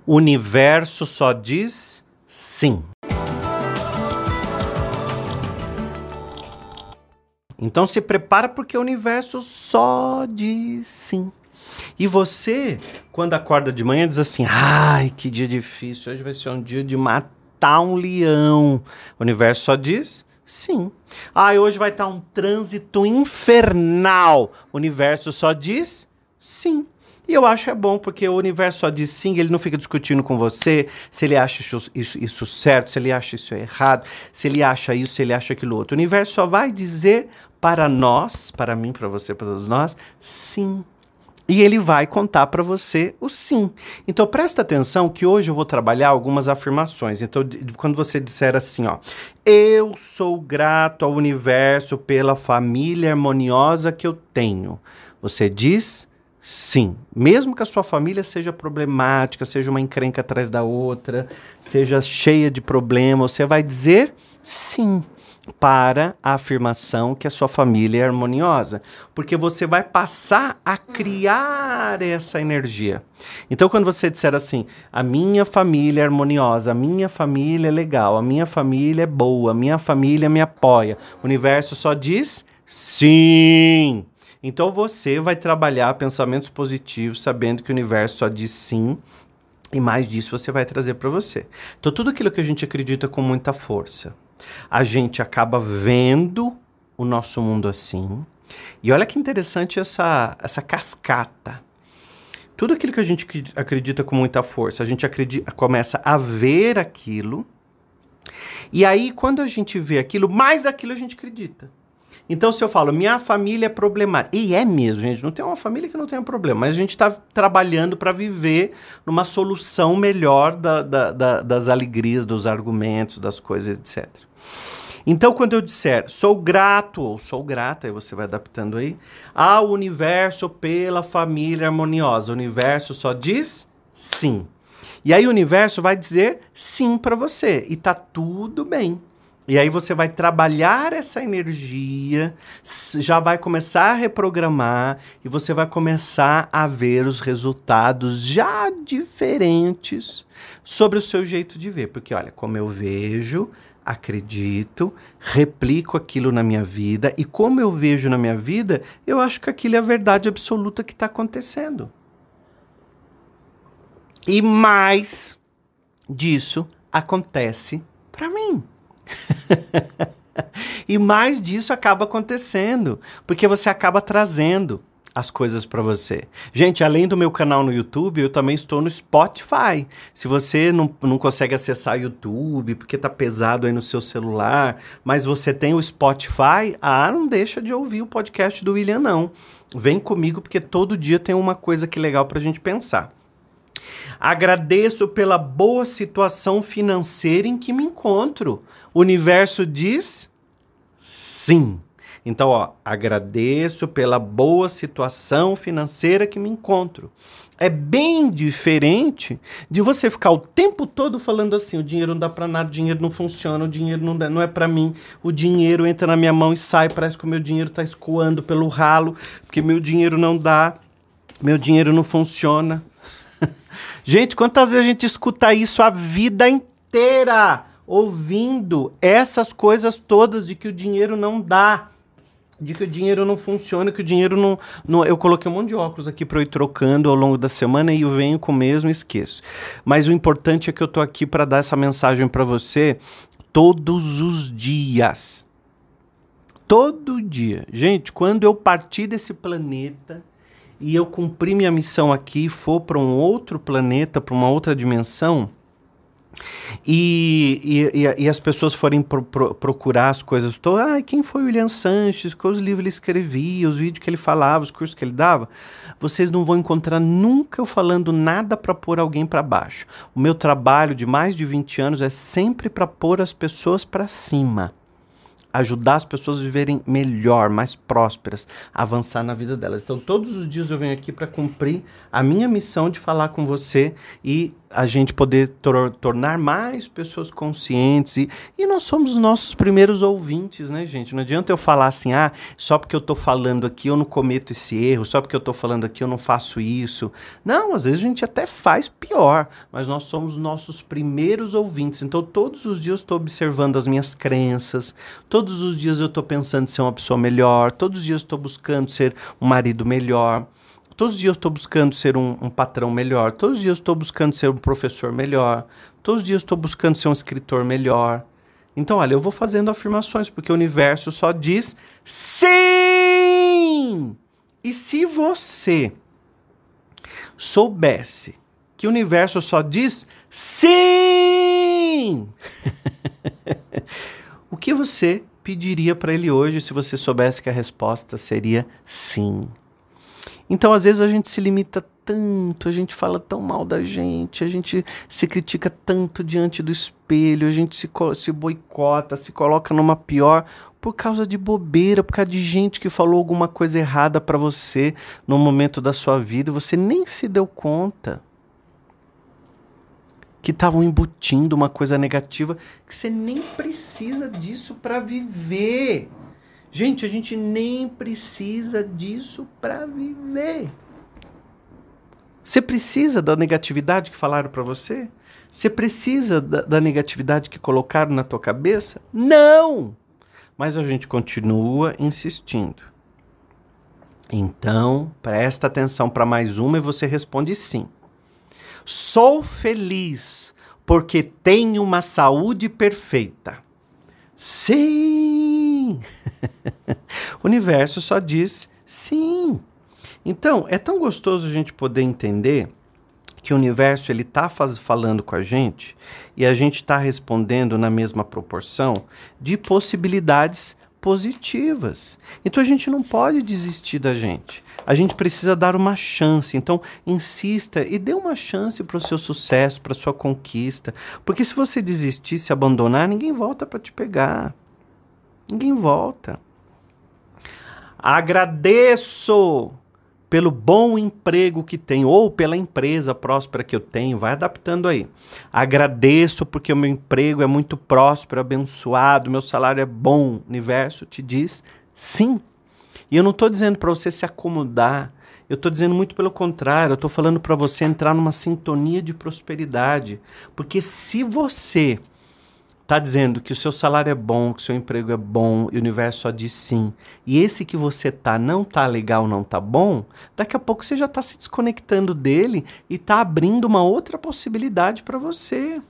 O universo só diz sim. Então se prepara porque o universo só diz sim. E você, quando acorda de manhã, diz assim, ai, que dia difícil, hoje vai ser um dia de matar um leão. O universo só diz sim. Ai, hoje vai estar um trânsito infernal. O universo só diz sim. E eu acho bom, porque o universo só diz sim, ele não fica discutindo com você se ele acha isso certo, se ele acha isso errado, se ele acha isso, se ele acha aquilo outro. O universo só vai dizer para nós, para mim, para você, para todos nós, sim. E ele vai contar para você o sim. Então presta atenção que hoje eu vou trabalhar algumas afirmações. Então quando você disser assim, ó, eu sou grato ao universo pela família harmoniosa que eu tenho. Você diz sim. Mesmo que a sua família seja problemática, seja uma encrenca atrás da outra, seja cheia de problemas, você vai dizer sim para a afirmação que a sua família é harmoniosa, porque você vai passar a criar essa energia. Então, quando você disser assim, a minha família é harmoniosa, a minha família é legal, a minha família é boa, a minha família me apoia, o universo só diz sim. Então, você vai trabalhar pensamentos positivos, sabendo que o universo só diz sim, e mais disso você vai trazer para você. Então, tudo aquilo que a gente acredita com muita força, a gente acaba vendo o nosso mundo assim. E olha que interessante essa cascata. Tudo aquilo que a gente acredita com muita força, a gente começa a ver aquilo. E aí, quando a gente vê aquilo, mais daquilo a gente acredita. Então, se eu falo, minha família é problemática, e é mesmo, gente, não tem uma família que não tenha problema, mas a gente está trabalhando para viver numa solução melhor das alegrias, dos argumentos, das coisas, etc. Então, quando eu disser, sou grato, ou sou grata, aí você vai adaptando aí, ao universo pela família harmoniosa, o universo só diz sim. E aí o universo vai dizer sim para você, e tá tudo bem. E aí você vai trabalhar essa energia, já vai começar a reprogramar e você vai começar a ver os resultados já diferentes sobre o seu jeito de ver. Porque olha, como eu vejo, acredito, replico aquilo na minha vida e como eu vejo na minha vida, eu acho que aquilo é a verdade absoluta que está acontecendo. E mais disso acontece para mim. E mais disso acaba acontecendo, porque você acaba trazendo as coisas para você. Gente, além do meu canal no YouTube, eu também estou no Spotify. Se você não consegue acessar o YouTube, porque tá pesado aí no seu celular, mas você tem o Spotify, não deixa de ouvir o podcast do William, não. Vem comigo, porque todo dia tem uma coisa que legal pra gente pensar. Agradeço pela boa situação financeira em que me encontro. O universo diz sim. Então, ó, agradeço pela boa situação financeira que me encontro. É bem diferente de você ficar o tempo todo falando assim, o dinheiro não dá pra nada, o dinheiro não funciona, o dinheiro não é pra mim, o dinheiro entra na minha mão e sai, parece que o meu dinheiro tá escoando pelo ralo, porque meu dinheiro não dá, meu dinheiro não funciona. Gente, quantas vezes a gente escuta isso a vida inteira, ouvindo essas coisas todas de que o dinheiro não dá, de que o dinheiro não funciona, que o dinheiro não... Eu coloquei um monte de óculos aqui para eu ir trocando ao longo da semana e eu venho com o mesmo e esqueço. Mas o importante é que eu tô aqui para dar essa mensagem para você todos os dias. Todo dia. Gente, quando eu partir desse planeta e eu cumprir minha missão aqui e for para um outro planeta, para uma outra dimensão, e as pessoas forem procurar as coisas todas, quem foi o William Sanches, quais livros ele escrevia, os vídeos que ele falava, os cursos que ele dava, vocês não vão encontrar nunca eu falando nada para pôr alguém para baixo. O meu trabalho de mais de 20 anos é sempre para pôr as pessoas para cima. Ajudar as pessoas a viverem melhor, mais prósperas, avançar na vida delas. Então, todos os dias eu venho aqui para cumprir a minha missão de falar com você e a gente poder tornar mais pessoas conscientes. E nós somos os nossos primeiros ouvintes, né, gente? Não adianta eu falar assim, só porque eu tô falando aqui eu não cometo esse erro, só porque eu tô falando aqui eu não faço isso. Não, às vezes a gente até faz pior, mas nós somos os nossos primeiros ouvintes. Então, todos os dias eu estou observando as minhas crenças, todos os dias eu estou pensando em ser uma pessoa melhor, todos os dias eu estou buscando ser um marido melhor. Todos os dias eu estou buscando ser um patrão melhor. Todos os dias eu estou buscando ser um professor melhor. Todos os dias eu estou buscando ser um escritor melhor. Então, olha, eu vou fazendo afirmações, porque o universo só diz sim! E se você soubesse que o universo só diz sim! O que você pediria para ele hoje se você soubesse que a resposta seria sim? Então, às vezes, a gente se limita tanto, a gente fala tão mal da gente, a gente se critica tanto diante do espelho, a gente se boicota, se coloca numa pior por causa de bobeira, por causa de gente que falou alguma coisa errada pra você no momento da sua vida e você nem se deu conta que estavam embutindo uma coisa negativa, que você nem precisa disso pra viver. Gente, a gente nem precisa disso para viver. Você precisa da negatividade que falaram para você? Você precisa da negatividade que colocaram na tua cabeça? Não! Mas a gente continua insistindo. Então, presta atenção para mais uma e você responde sim. Sou feliz porque tenho uma saúde perfeita. Sim! O universo só diz sim. Então, é tão gostoso a gente poder entender que o universo ele está falando com a gente e a gente está respondendo na mesma proporção de possibilidades positivas. Então, a gente não pode desistir da gente. A gente precisa dar uma chance. Então, insista e dê uma chance para o seu sucesso, para a sua conquista. Porque se você desistir, se abandonar, ninguém volta para te pegar. Ninguém volta. Agradeço pelo bom emprego que tenho, ou pela empresa próspera que eu tenho, vai adaptando aí. Agradeço porque o meu emprego é muito próspero, abençoado, meu salário é bom. O universo te diz sim. E eu não estou dizendo para você se acomodar, eu estou dizendo muito pelo contrário, eu estou falando para você entrar numa sintonia de prosperidade. Porque se você está dizendo que o seu salário é bom, que o seu emprego é bom, e o universo só diz sim, e esse que você não tá legal, não tá bom, daqui a pouco você já está se desconectando dele e está abrindo uma outra possibilidade para você.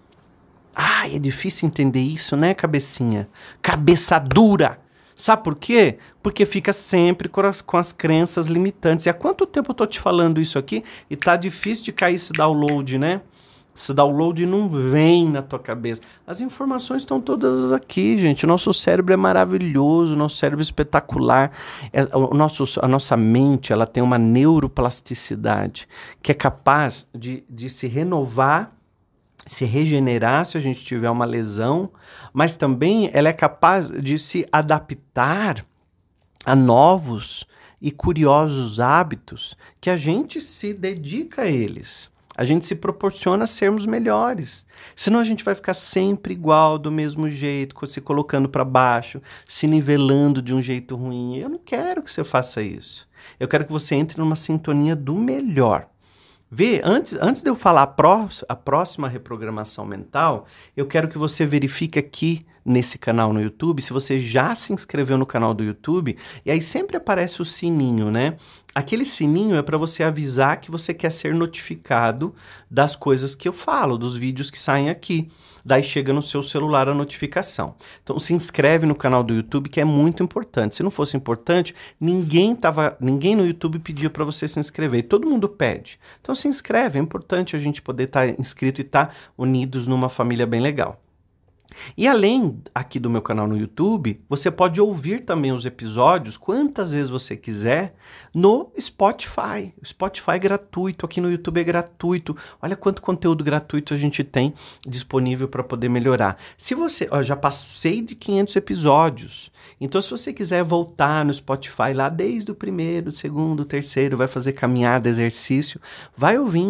É difícil entender isso, né, cabecinha? Cabeça dura! Sabe por quê? Porque fica sempre com as crenças limitantes. E há quanto tempo eu tô te falando isso aqui e tá difícil de cair esse download, né? Esse download não vem na tua cabeça. As informações estão todas aqui, gente. O nosso cérebro é maravilhoso, o nosso cérebro é espetacular. A nossa mente ela tem uma neuroplasticidade que é capaz de se renovar, se regenerar se a gente tiver uma lesão, mas também ela é capaz de se adaptar a novos e curiosos hábitos que a gente se dedica a eles. A gente se proporciona a sermos melhores. Senão a gente vai ficar sempre igual, do mesmo jeito, se colocando para baixo, se nivelando de um jeito ruim. Eu não quero que você faça isso. Eu quero que você entre numa sintonia do melhor. Vê, antes de eu falar a próxima reprogramação mental, eu quero que você verifique aqui nesse canal no YouTube, se você já se inscreveu no canal do YouTube, e aí sempre aparece o sininho, né? Aquele sininho é para você avisar que você quer ser notificado das coisas que eu falo, dos vídeos que saem aqui. Daí chega no seu celular a notificação. Então se inscreve no canal do YouTube, que é muito importante. Se não fosse importante, ninguém no YouTube pedia para você se inscrever. Todo mundo pede. Então se inscreve, é importante a gente poder estar inscrito e estar unidos numa família bem legal. E além aqui do meu canal no YouTube, você pode ouvir também os episódios quantas vezes você quiser no Spotify. O Spotify é gratuito, aqui no YouTube é gratuito. Olha quanto conteúdo gratuito a gente tem disponível para poder melhorar. Se você, já passei de 500 episódios, então se você quiser voltar no Spotify lá desde o primeiro, segundo, terceiro, vai fazer caminhada, exercício, vai ouvindo.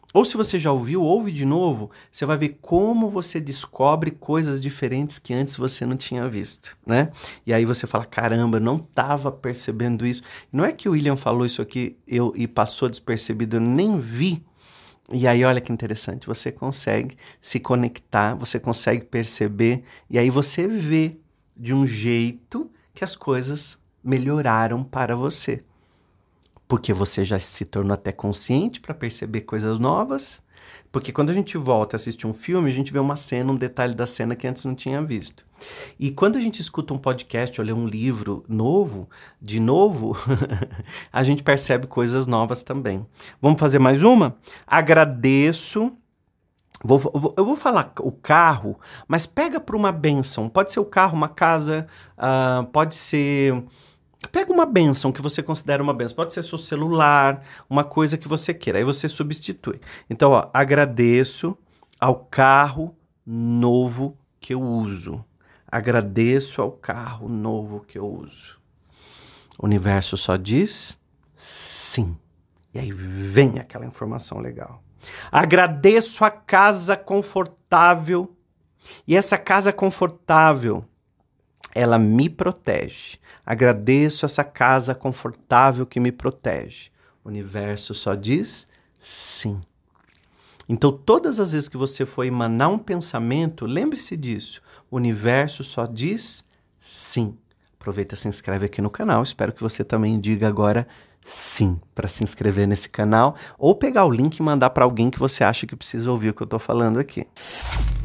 Ou se você já ouviu, ouve de novo, você vai ver como você descobre coisas diferentes que antes você não tinha visto, né? E aí você fala, caramba, eu não estava percebendo isso. Não é que o William falou isso aqui e passou despercebido, eu nem vi. E aí olha que interessante, você consegue se conectar, você consegue perceber, e aí você vê de um jeito que as coisas melhoraram para você. Porque você já se tornou até consciente para perceber coisas novas. Porque quando a gente volta a assistir um filme, a gente vê uma cena, um detalhe da cena que antes não tinha visto. E quando a gente escuta um podcast ou lê um livro novo, de novo, a gente percebe coisas novas também. Vamos fazer mais uma? Agradeço. Eu vou falar o carro, mas pega para uma bênção. Pode ser o carro, uma casa, pode ser... Pega uma bênção que você considera uma bênção. Pode ser seu celular, uma coisa que você queira. Aí você substitui. Então, ó, agradeço ao carro novo que eu uso. Agradeço ao carro novo que eu uso. O universo só diz sim. E aí vem aquela informação legal. Agradeço a casa confortável. E essa casa confortável, ela me protege. Agradeço essa casa confortável que me protege. O universo só diz sim. Então, todas as vezes que você for emanar um pensamento, lembre-se disso. O universo só diz sim. Aproveita e se inscreve aqui no canal. Espero que você também diga agora sim para se inscrever nesse canal ou pegar o link e mandar para alguém que você acha que precisa ouvir o que eu estou falando aqui.